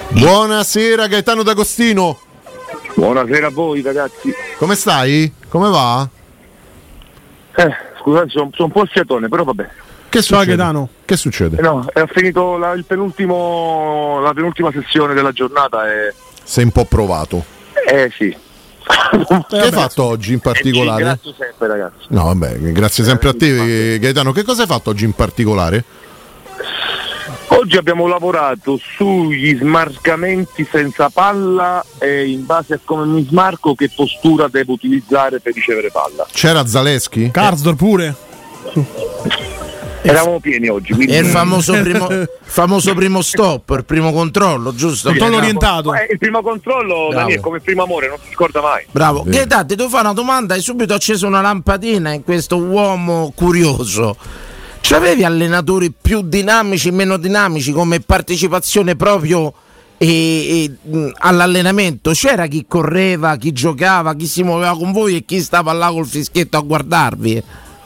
Buonasera Gaetano D'Agostino. Buonasera a voi ragazzi. Come stai? Come va? Scusate, sono un po' sfiatone, però vabbè. Che succede? Gaetano? Che succede? No, è finito la penultima sessione della giornata e... Sei un po' provato. Sì. Che hai fatto oggi in particolare? Grazie sempre ragazzi. No vabbè, grazie sempre a te Gaetano. Che cosa hai fatto oggi in particolare? Oggi abbiamo lavorato sugli smarcamenti senza palla e in base a come mi smarco che postura devo utilizzare per ricevere palla. C'era Zaleschi? Karsdorp pure? Eravamo pieni oggi. Quindi... È il famoso primo stop, il primo controllo, giusto? Controllo orientato. Il primo controllo, Dani, è come il primo amore, non si scorda mai. Bravo. Gaetano, ti devo fare una domanda e subito ho acceso una lampadina in questo uomo curioso. C'avevi allenatori più dinamici, meno dinamici come partecipazione proprio all'allenamento? C'era chi correva, chi giocava, chi si muoveva con voi e chi stava là col fischietto a guardarvi?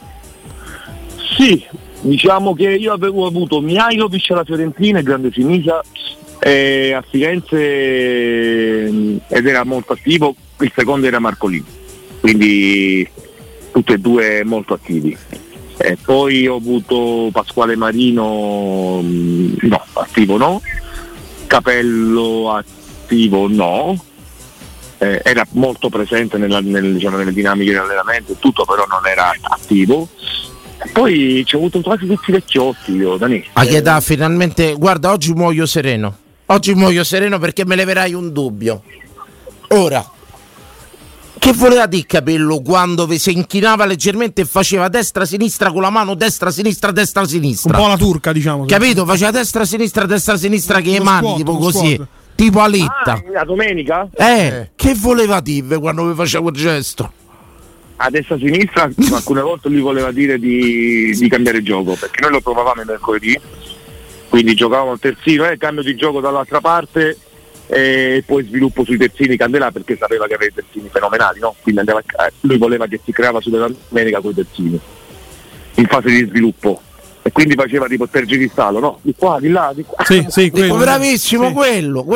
Sì, diciamo che io avevo avuto Mihajlovic alla Fiorentina, grande Sinisa, a Firenze ed era molto attivo, il secondo era Marcolini, quindi tutti e due molto attivi. Poi ho avuto Pasquale Marino, no, attivo no, Capello attivo no, era molto presente nelle dinamiche dell'allenamento e tutto, però non era attivo. Poi ci ho avuto quasi tutti i vecchiotti io, Dani. A che età finalmente, guarda, oggi muoio sereno perché me leverai un dubbio. Ora, che voleva dire Capello quando vi si inchinava leggermente e faceva destra-sinistra con la mano, destra-sinistra, destra-sinistra? Un po' la turca, diciamo. Capito? Faceva destra-sinistra che le mani, tipo così, tipo Alitta. La domenica? Che voleva dire quando vi faceva quel gesto? A destra-sinistra alcune volte lui voleva dire di cambiare gioco, perché noi lo provavamo il mercoledì, quindi giocavamo al terzino e cambio di gioco dall'altra parte e poi sviluppo sui terzini Candelà, perché sapeva che aveva i terzini fenomenali, no? Quindi lui voleva che si creava sulla domenica con i terzini in fase di sviluppo e quindi faceva tipo tergiristallo, no? Di qua, di là, di qua. Sì, quello. Bravissimo, sì. quello.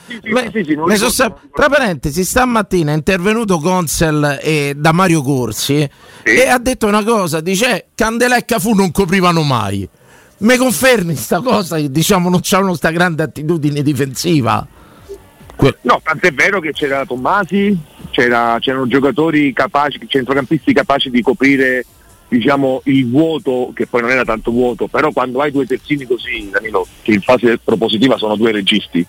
Tra parentesi, stamattina è intervenuto Consel da Mario Corsi e ha detto una cosa, dice Candelà e Cafù non coprivano mai. Me confermi sta cosa? Diciamo non c'hanno sta grande attitudine difensiva? No, tant'è vero che c'era Tommasi, c'erano giocatori capaci, centrocampisti capaci di coprire, diciamo, il vuoto, che poi non era tanto vuoto, però quando hai due terzini così, Danilo, che in fase propositiva sono due registi,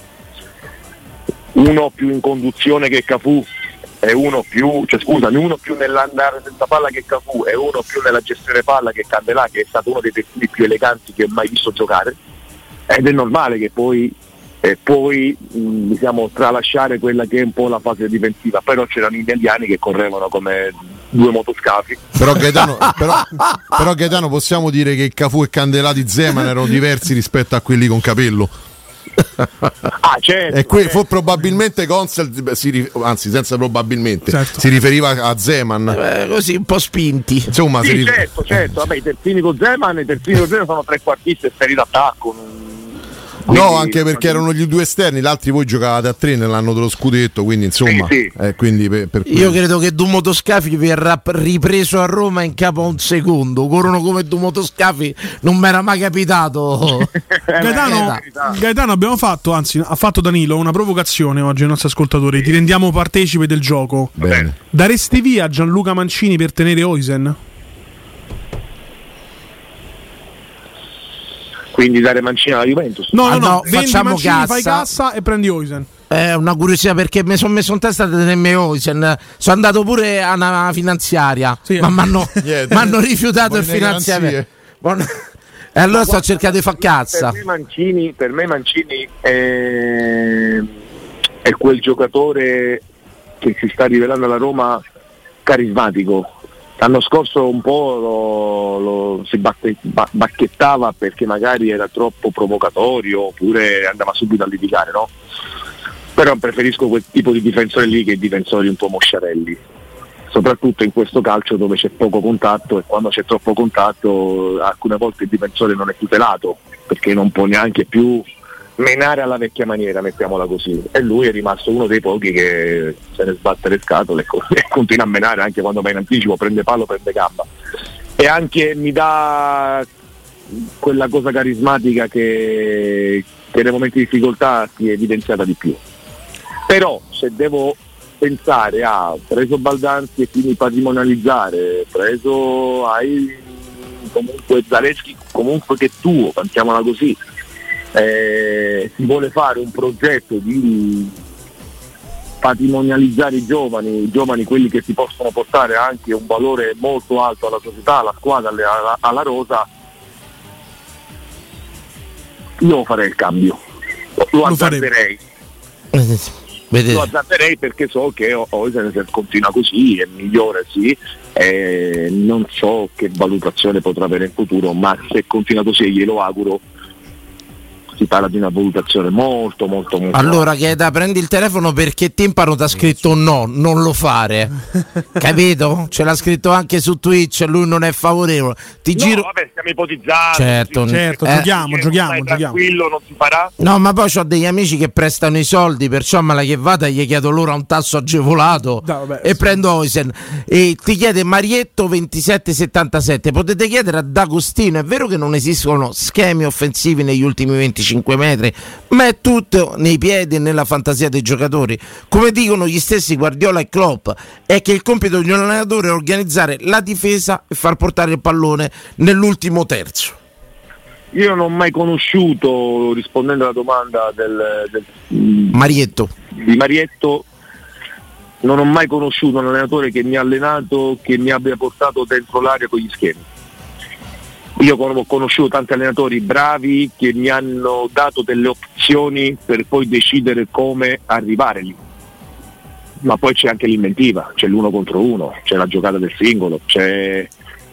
uno più in conduzione che Cafù e uno più nell'andare senza palla che Cafù e uno più nella gestione palla che Candelà, che è stato uno dei terzini più eleganti che ho mai visto giocare, ed è normale che poi diciamo tralasciare quella che è un po' la fase difensiva, però c'erano gli italiani che correvano come due motoscafi. Però Gaetano possiamo dire che Cafù e Candelà di Zeman erano diversi rispetto a quelli con Capello. Certo, e probabilmente Consel, anzi senza probabilmente, certo, si riferiva a Zeman, così un po' spinti, insomma. Sì, certo, vabbè, i terzini con Zeman sono trequartisti esteri d'attacco. No, anche perché erano gli due esterni, gli altri voi giocavate a tre nell'anno dello scudetto, quindi insomma sì. Quindi per io credo che due motoscafi verrà ripreso a Roma in capo a un secondo. Corrono come due motoscafi, non mi era mai capitato. Gaetano, abbiamo fatto, anzi ha fatto Danilo una provocazione oggi ai nostri ascoltatori. Ti rendiamo partecipe del gioco. Bene. Daresti via Gianluca Mancini per tenere Oisen? Quindi dare Mancini alla Juventus? No, vendi facciamo Mancini, fai cassa e prendi Oisen. È una curiosità, perché mi sono messo in testa di tenermi Oisen. Sono andato pure a una finanziaria, sì, ma mi hanno rifiutato il finanziamento. E allora sto cercando di far cazza. Per me Mancini è quel giocatore che si sta rivelando alla Roma carismatico. L'anno scorso un po' si bacchettava perché magari era troppo provocatorio oppure andava subito a litigare, no? Però preferisco quel tipo di difensore lì che difensori un po' mosciarelli, soprattutto in questo calcio dove c'è poco contatto, e quando c'è troppo contatto alcune volte il difensore non è tutelato perché non può neanche più menare alla vecchia maniera, mettiamola così, e lui è rimasto uno dei pochi che se ne sbatte le scatole e continua a menare anche quando va in anticipo, prende palo, prende gamba, e anche mi dà quella cosa carismatica che nei momenti di difficoltà si è evidenziata di più. Però se devo pensare a preso Baldanzi e quindi patrimonializzare, preso hai comunque Zaleschi, comunque che tuo, pensiamola così, si vuole fare un progetto di patrimonializzare i giovani, quelli che si possono portare anche un valore molto alto alla società, alla squadra, alla rosa, io farei il cambio, lo azzarderei. Lo azzarderei perché so che se continua così è migliore, sì, non so che valutazione potrà avere in futuro, ma se continua così glielo auguro. Si parla di una valutazione molto allora Gaeta, prendi il telefono perché Timpano ti ha scritto no, non lo fare, capito? Ce l'ha scritto anche su Twitch, lui non è favorevole. Vabbè, stiamo ipotizzando, certo, giochiamo tranquillo, non si farà. No, ma poi ho degli amici che prestano i soldi, perciò mala che vada gli chiedo loro a un tasso agevolato prendo Oisen e ti chiede Marietto 2777. Potete chiedere a D'Agostino, è vero che non esistono schemi offensivi negli ultimi 25 metri, ma è tutto nei piedi e nella fantasia dei giocatori. Come dicono gli stessi Guardiola e Klopp, è che il compito di un allenatore è organizzare la difesa e far portare il pallone nell'ultimo terzo. Io non ho mai conosciuto, rispondendo alla domanda del Marietto, non ho mai conosciuto un allenatore che mi ha allenato, che mi abbia portato dentro l'area con gli schemi. Io ho conosciuto tanti allenatori bravi che mi hanno dato delle opzioni per poi decidere come arrivare lì, ma poi c'è anche l'inventiva, c'è l'1 contro 1, c'è la giocata del singolo, c'è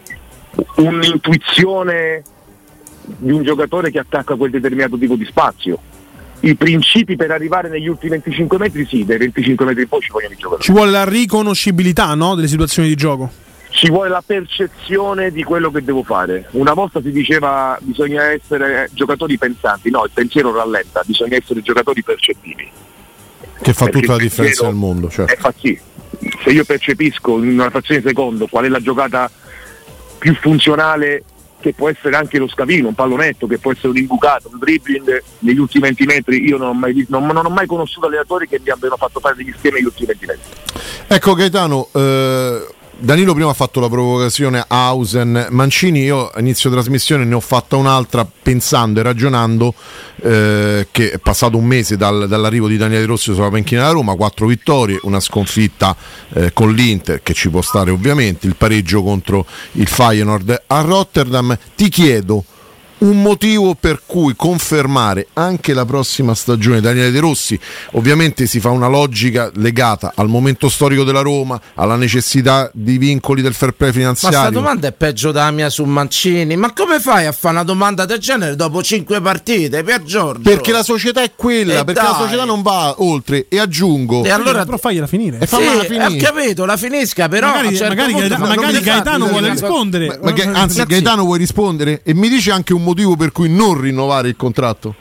un'intuizione di un giocatore che attacca quel determinato tipo di spazio. I principi per arrivare negli ultimi 25 metri, sì, dai 25 metri in poi ci vogliono i giocatori. Ci vuole la riconoscibilità, no, delle situazioni di gioco. Ci vuole la percezione di quello che devo fare. Una volta si diceva bisogna essere giocatori pensanti, no, il pensiero rallenta, bisogna essere giocatori percettivi. Che fa tutta la differenza nel mondo, certo. Fa sì. Se io percepisco in una frazione di secondo qual è la giocata più funzionale, che può essere anche lo scavino, un pallonetto, che può essere un imbucato, un dribbling negli ultimi 20 metri, io non ho mai conosciuto allenatori che mi abbiano fatto fare degli schemi negli ultimi 20 metri. Ecco Gaetano, Danilo prima ha fatto la provocazione a Hausen, Mancini, io a inizio trasmissione ne ho fatta un'altra pensando e ragionando che è passato un mese dall'arrivo di Daniele Rossi sulla panchina della Roma, 4 vittorie, una sconfitta con l'Inter che ci può stare ovviamente, il pareggio contro il Feyenoord a Rotterdam. Ti chiedo un motivo per cui confermare anche la prossima stagione Daniele De Rossi. Ovviamente si fa una logica legata al momento storico della Roma, alla necessità di vincoli del fair play finanziario. Ma sta domanda è peggio della mia su Mancini. Ma come fai a fare una domanda del genere dopo 5 partite, per Giorgio? Perché la società è quella, perché la società non va oltre. E aggiungo, e allora però fagliela finire. Sì, ho capito, la finisca, però magari Gaetano vuole rispondere. Anzi, Gaetano vuoi rispondere? E mi dice anche un motivo per cui non rinnovare il contratto?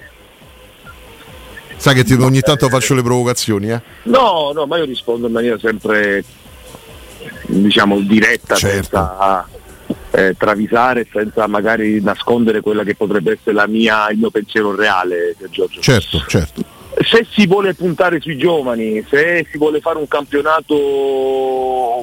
Sai che ogni tanto faccio le provocazioni, No, ma io rispondo in maniera sempre, diciamo, diretta, certo, senza travisare, senza magari nascondere quella che potrebbe essere il mio pensiero reale, Giorgio. Certo. Se si vuole puntare sui giovani, se si vuole fare un campionato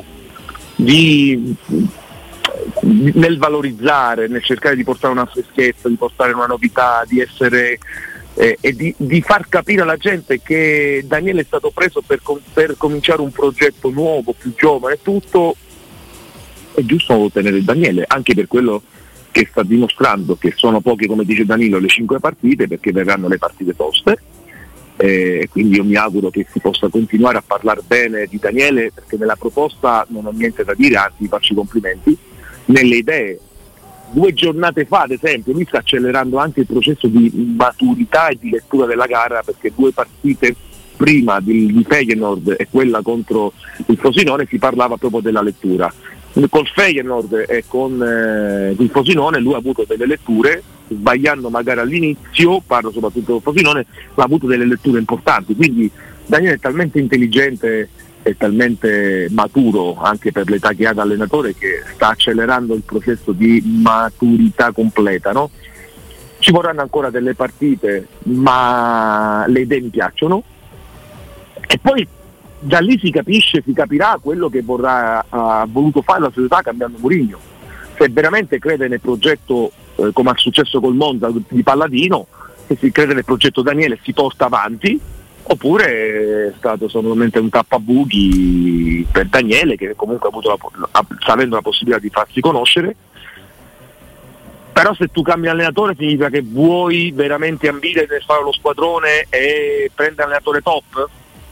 nel valorizzare, nel cercare di portare una freschezza, di portare una novità, di essere e di far capire alla gente che Daniele è stato preso per cominciare un progetto nuovo, più giovane, tutto è giusto tenere Daniele, anche per quello che sta dimostrando, che sono poche, come dice Danilo, le 5 partite, perché verranno le partite toste. Quindi io mi auguro che si possa continuare a parlare bene di Daniele, perché nella proposta non ho niente da dire, anzi vi faccio i complimenti. Nelle idee, 2 giornate fa ad esempio lui sta accelerando anche il processo di maturità e di lettura della gara, perché 2 partite prima di Feyenoord e quella contro il Frosinone si parlava proprio della lettura. Col Feyenoord e con il Frosinone lui ha avuto delle letture sbagliando magari all'inizio, parlo soprattutto del Frosinone, ma ha avuto delle letture importanti, quindi Daniele è talmente intelligente e talmente maturo anche per l'età che ha da allenatore, che sta accelerando il processo di maturità completa, no? Ci vorranno ancora delle partite, ma le idee mi piacciono, e poi da lì si capirà quello che ha voluto fare la società cambiando Mourinho, se veramente crede nel progetto, come è successo col Monza di Palladino, se si crede nel progetto Daniele si porta avanti, oppure è stato solamente un tappabuchi per Daniele, che comunque sta avendo la possibilità di farsi conoscere. Però se tu cambi allenatore significa che vuoi veramente ambire nel fare lo squadrone e prendere allenatore top?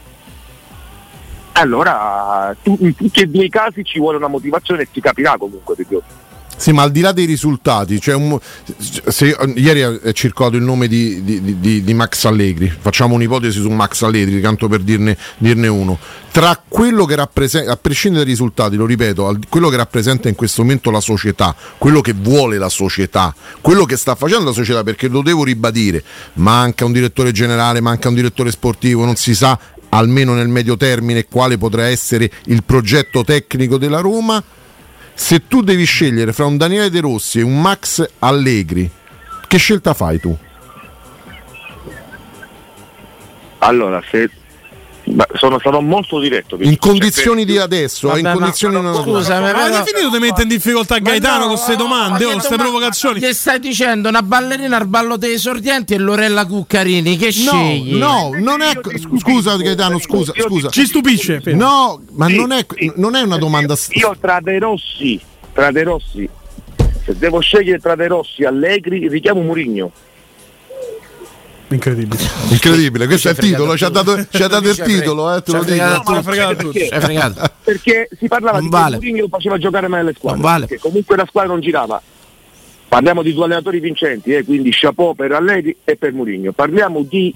Allora in tutti e due i casi ci vuole una motivazione, e si capirà comunque di più. Sì, ma al di là dei risultati, ieri è circolato il nome di Max Allegri, facciamo un'ipotesi su Max Allegri, tanto per dirne uno. Tra quello che rappresenta, a prescindere dai risultati, lo ripeto, quello che rappresenta in questo momento la società, quello che vuole la società, quello che sta facendo la società, perché lo devo ribadire, manca un direttore generale, manca un direttore sportivo, non si sa almeno nel medio termine quale potrà essere il progetto tecnico della Roma. Se tu devi scegliere fra un Daniele De Rossi e un Max Allegri, che scelta fai tu? Allora, sono stato molto diretto. In condizioni di adesso, in condizioni di scusa, ma avete finito di mettere in difficoltà Gaetano con queste domande, queste provocazioni? Che stai dicendo una ballerina al ballo dei esordienti e Lorella Cuccarini? Che scegli? No, non è. Scusa Gaetano, scusa. Ci stupisce? No, ma sì, non è una domanda. Io tra De Rossi, se devo scegliere tra De Rossi e Allegri, richiamo Mourinho. Incredibile, questo è il titolo, ci ha dato il titolo, te lo dico. Perché si parlava di che Mourinho faceva giocare male le squadre, perché comunque la squadra non girava. Parliamo di due allenatori vincenti, quindi chapeau per Allegri e per Mourinho. Parliamo di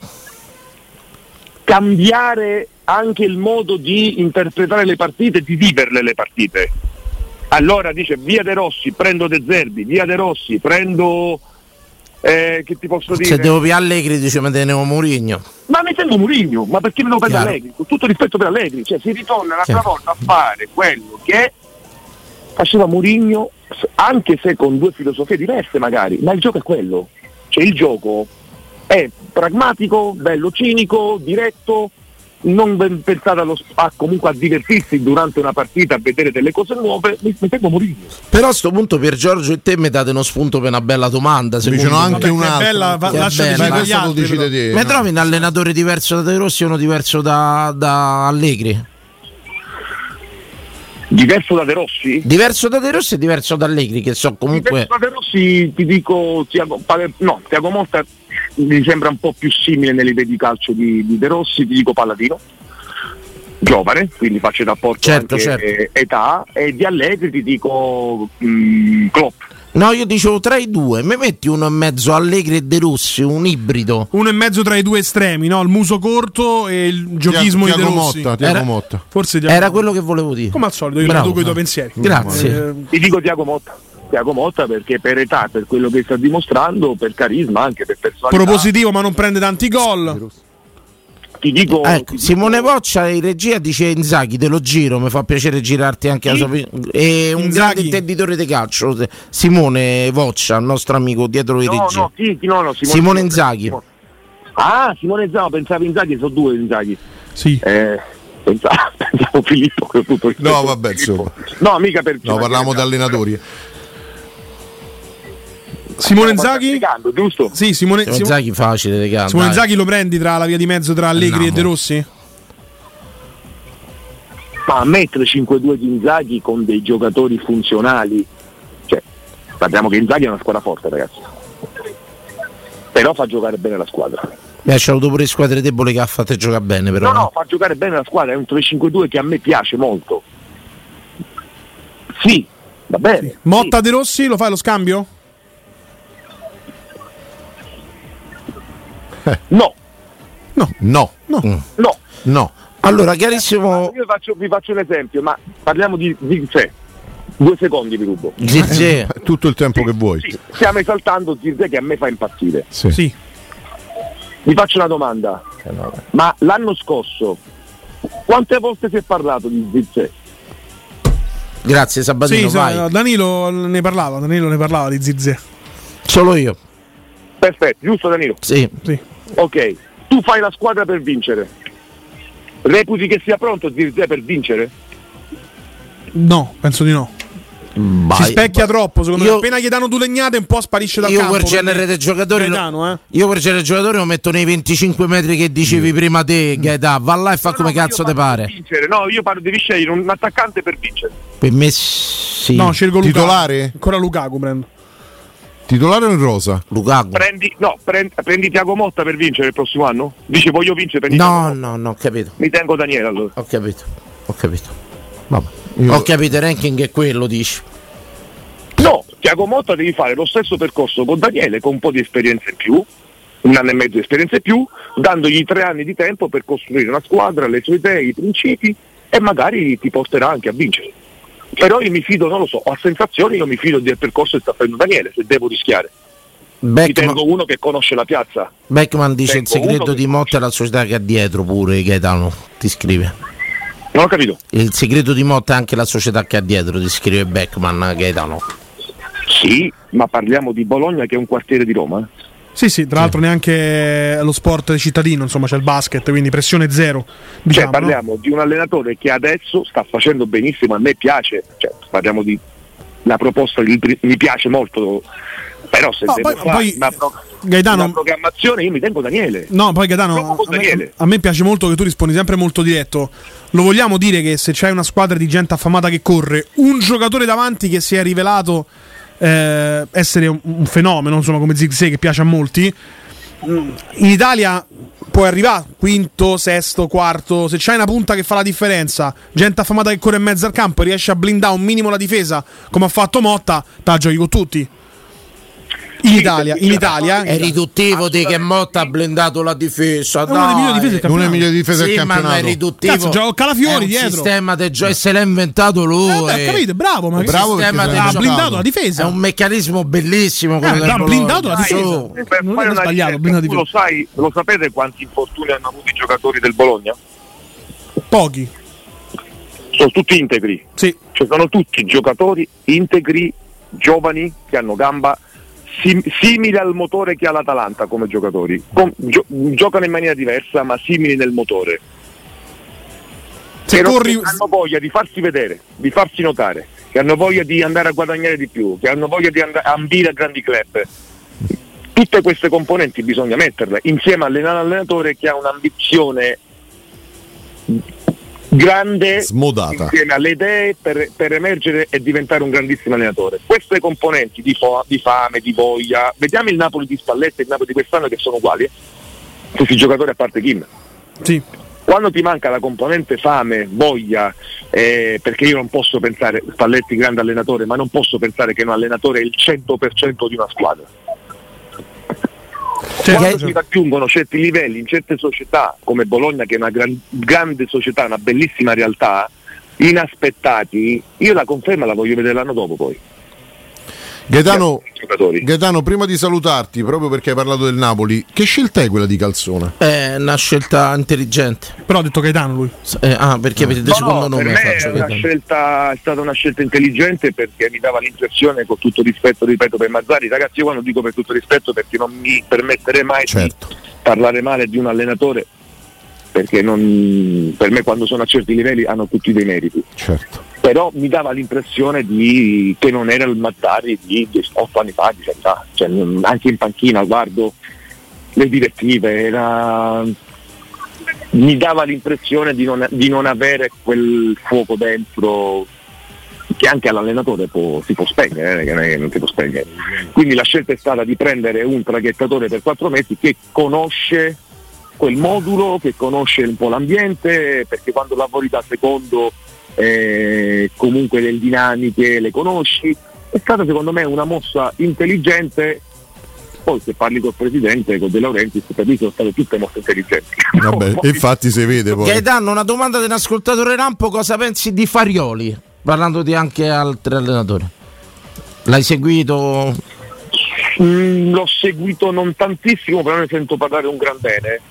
cambiare anche il modo di interpretare le partite, di viverle le partite. Allora dice via De Rossi, prendo De Zerbi, via De Rossi, prendo che ti posso dire? Se devo più Allegri dice ma tenevo Mourinho. Ma mi tengo Mourinho, ma perché me lo prendo Allegri? Con tutto rispetto per Allegri, cioè si ritorna un'altra volta a fare quello che faceva Mourinho, anche se con due filosofie diverse magari, ma il gioco è quello, cioè il gioco è pragmatico, bello cinico, diretto, non ben pensato comunque a divertirsi durante una partita, a vedere delle cose nuove. Mi tengo Mourinho. Però a sto punto per Giorgio e te mi date uno spunto per una bella domanda. Dicono anche un'altra. Mi trovi un allenatore diverso da De Rossi e uno diverso da Allegri? Diverso da De Rossi? Diverso da De Rossi e diverso da Allegri, che so comunque. Diverso da De Rossi ti dico Thiago Motta mi sembra un po' più simile nelle idee di calcio di De Rossi, ti dico Palladino, giovane, quindi faccio il rapporto anche età, e di Allegri ti dico Klopp. No, io dicevo tra i due, mi metti uno e mezzo Allegri e De Rossi, un ibrido. Uno e mezzo tra i due estremi, no? Il muso corto e il giochismo di De Rossi. Tiago Motta. Forse era quello che volevo dire. Come al solito, io traduco i tuoi pensieri. Grazie. Ti dico Tiago Motta perché per età, per quello che sta dimostrando, per carisma, anche per personalità. Propositivo, ma non prende tanti gol. Ti dico, Simone Voccia in regia dice Inzaghi, te lo giro, mi fa piacere girarti anche la sua e un grande intenditore di calcio, Simone Voccia, il nostro amico dietro in regia. Simone Inzaghi. Simone Inzaghi, pensavo Inzaghi, sono due Inzaghi. Sì. Pensavo Filippo, che tutto no, vabbè, insomma. No, mica per parlavamo di allenatori. Simone Inzaghi? Giusto? Sì, Simone Inzaghi facile, Simone Inzaghi lo prendi tra la via di mezzo tra Allegri e De Rossi? Ma mettere 5-2 di Inzaghi con dei giocatori funzionali, cioè sappiamo che Inzaghi è una squadra forte, ragazzi, però fa giocare bene la squadra. C'è avuto pure squadre deboli che ha fatto giocare bene, però. No, fa giocare bene la squadra, è un 3-5-2 che a me piace molto. Sì, va bene. Sì. Motta De Rossi, lo fai lo scambio? No. No. Allora, chiarissimo. Io vi faccio un esempio, ma parliamo di 2 secondi vi rubo. Zirze. Tutto il tempo che vuoi. Sì, stiamo esaltando Zirze che a me fa impazzire. Sì. Vi faccio una domanda. Ma l'anno scorso quante volte si è parlato di Zirze? Grazie Sabatino, Sì, vai. Danilo ne parlava di Zirze. Solo io. Perfetto, giusto Danilo? Sì. Ok, tu fai la squadra per vincere. Reputi che sia pronto Zirze per vincere? No, penso di no. Si specchia troppo, secondo me. Appena gli danno 2 legnate un po' sparisce dal campo. Io quel genere di giocatori io quel genere di giocatori lo metto nei 25 metri che dicevi prima te, Gaetà. Va là e fa come cazzo te pare. Vincere. No, io parlo, devi scegliere un attaccante per vincere. Per me sì. No, scelgo Lukaku. Titolare? Ancora Lukaku prendo. Titolare o in rosa? Lukaku. Prendi Thiago Motta per vincere il prossimo anno? Dici voglio vincere per No, ho capito. Mi tengo Daniele allora. Ho capito. Vabbè. Ho capito, il ranking è quello, dici. No, Thiago Motta devi fare lo stesso percorso con Daniele, con un po' di esperienza in più, 1 anno e mezzo di esperienza in più, dandogli 3 anni di tempo per costruire una squadra, le sue idee, i principi, e magari ti porterà anche a vincere. Però io mi fido, non lo so, ho sensazioni, io mi fido del percorso che sta facendo Daniele, se devo rischiare. Ti tengo uno che conosce la piazza. Beckman dice il segreto di Motta è la società che ha dietro pure, Gaetano, ti scrive. Non ho capito. Il segreto di Motta è anche la società che ha dietro, ti scrive Beckman, Gaetano. Sì, ma parliamo di Bologna che è un quartiere di Roma. Sì, tra l'altro neanche lo sport cittadino, insomma c'è il basket, quindi pressione zero. Diciamo, parliamo di un allenatore che adesso sta facendo benissimo, a me piace, parliamo di la proposta che mi piace molto, però se devo fare Gaetano, una programmazione io mi tengo Daniele. No, poi Gaetano, a me piace molto che tu rispondi sempre molto diretto. Lo vogliamo dire che se c'è una squadra di gente affamata che corre, un giocatore davanti che si è rivelato essere un fenomeno, insomma, come Zirkzee, che piace a molti, in Italia puoi arrivare quinto, sesto, quarto. Se c'hai una punta che fa la differenza, gente affamata che corre in mezzo al campo e riesce a blindare un minimo la difesa come ha fatto Motta, te la giochi con tutti. In Italia è riduttivo di che Motta ha blindato la difesa. È una delle migliori difese del campionato. Una delle migliori difese del campionato. Ma è riduttivo. Cazzo, gioca Calafiori dietro. Il sistema del gioco se l'ha inventato lui. Capite? Bravo, ma ha blindato la difesa. È un meccanismo bellissimo. Ha blindato la difesa. Non è sbagliato. Lo sapete quanti infortuni hanno avuto i giocatori del Bologna? Pochi. Sono tutti integri. Sì. Cioè sono tutti giocatori integri, giovani, che hanno gamba simile al motore che ha l'Atalanta come giocatori. Giocano in maniera diversa ma simili nel motore. Che hanno voglia di farsi vedere, di farsi notare, che hanno voglia di andare a guadagnare di più, che hanno voglia di ambire a grandi club. Tutte queste componenti bisogna metterle insieme all'allenatore che ha un'ambizione grande, smodata, insieme alle idee per emergere e diventare un grandissimo allenatore. Queste componenti di fame, di voglia, vediamo il Napoli di Spalletti e il Napoli di quest'anno che sono uguali, questi giocatori a parte Kim. Sì. Quando ti manca la componente fame, voglia, perché io non posso pensare, Spalletti grande allenatore, ma non posso pensare che un allenatore è il 100% di una squadra. Quando si raggiungono certi livelli in certe società come Bologna, che è una grande società, una bellissima realtà, inaspettati, io la conferma la voglio vedere l'anno dopo poi. Gaetano, prima di salutarti, proprio perché hai parlato del Napoli, che scelta è quella di Calzona? È una scelta intelligente. Però ha detto Gaetano lui. Perché avete il secondo nome? Per me è stata una scelta intelligente, perché mi dava l'impressione, con tutto rispetto, ripeto, per Mazzarri, ragazzi, io quando dico per tutto rispetto, perché non mi permetterei mai di parlare male di un allenatore, perché per me quando sono a certi livelli hanno tutti dei meriti. Certo. Però mi dava l'impressione che non era il Mazzarri di 8 anni fa, di realtà. Cioè, anche in panchina guardo le direttive, mi dava l'impressione di non avere quel fuoco dentro che anche all'allenatore si può spegnere, che non si può spegnere. Quindi la scelta è stata di prendere un traghettatore per 4 mesi che conosce quel modulo, che conosce un po' l'ambiente, perché quando lavori da secondo comunque le dinamiche le conosci. È stata secondo me una mossa intelligente. Poi se parli col presidente, con De Laurentiis, capisci, sono state tutte mosse intelligenti. Vabbè, infatti si vede poi. Gaetano, una domanda di un ascoltatore Rampo: cosa pensi di Farioli? parlando di anche altri allenatori. L'hai seguito? L'ho seguito non tantissimo, però ne sento parlare un gran bene.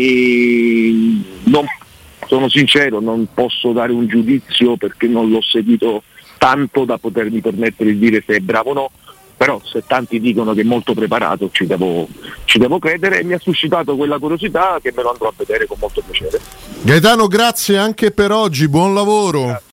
Sono sincero, non posso dare un giudizio perché non l'ho seguito tanto da potermi permettere di dire se è bravo o no, però se tanti dicono che è molto preparato ci devo credere, e mi ha suscitato quella curiosità che me lo andrò a vedere con molto piacere. Gaetano, grazie anche per oggi, buon lavoro.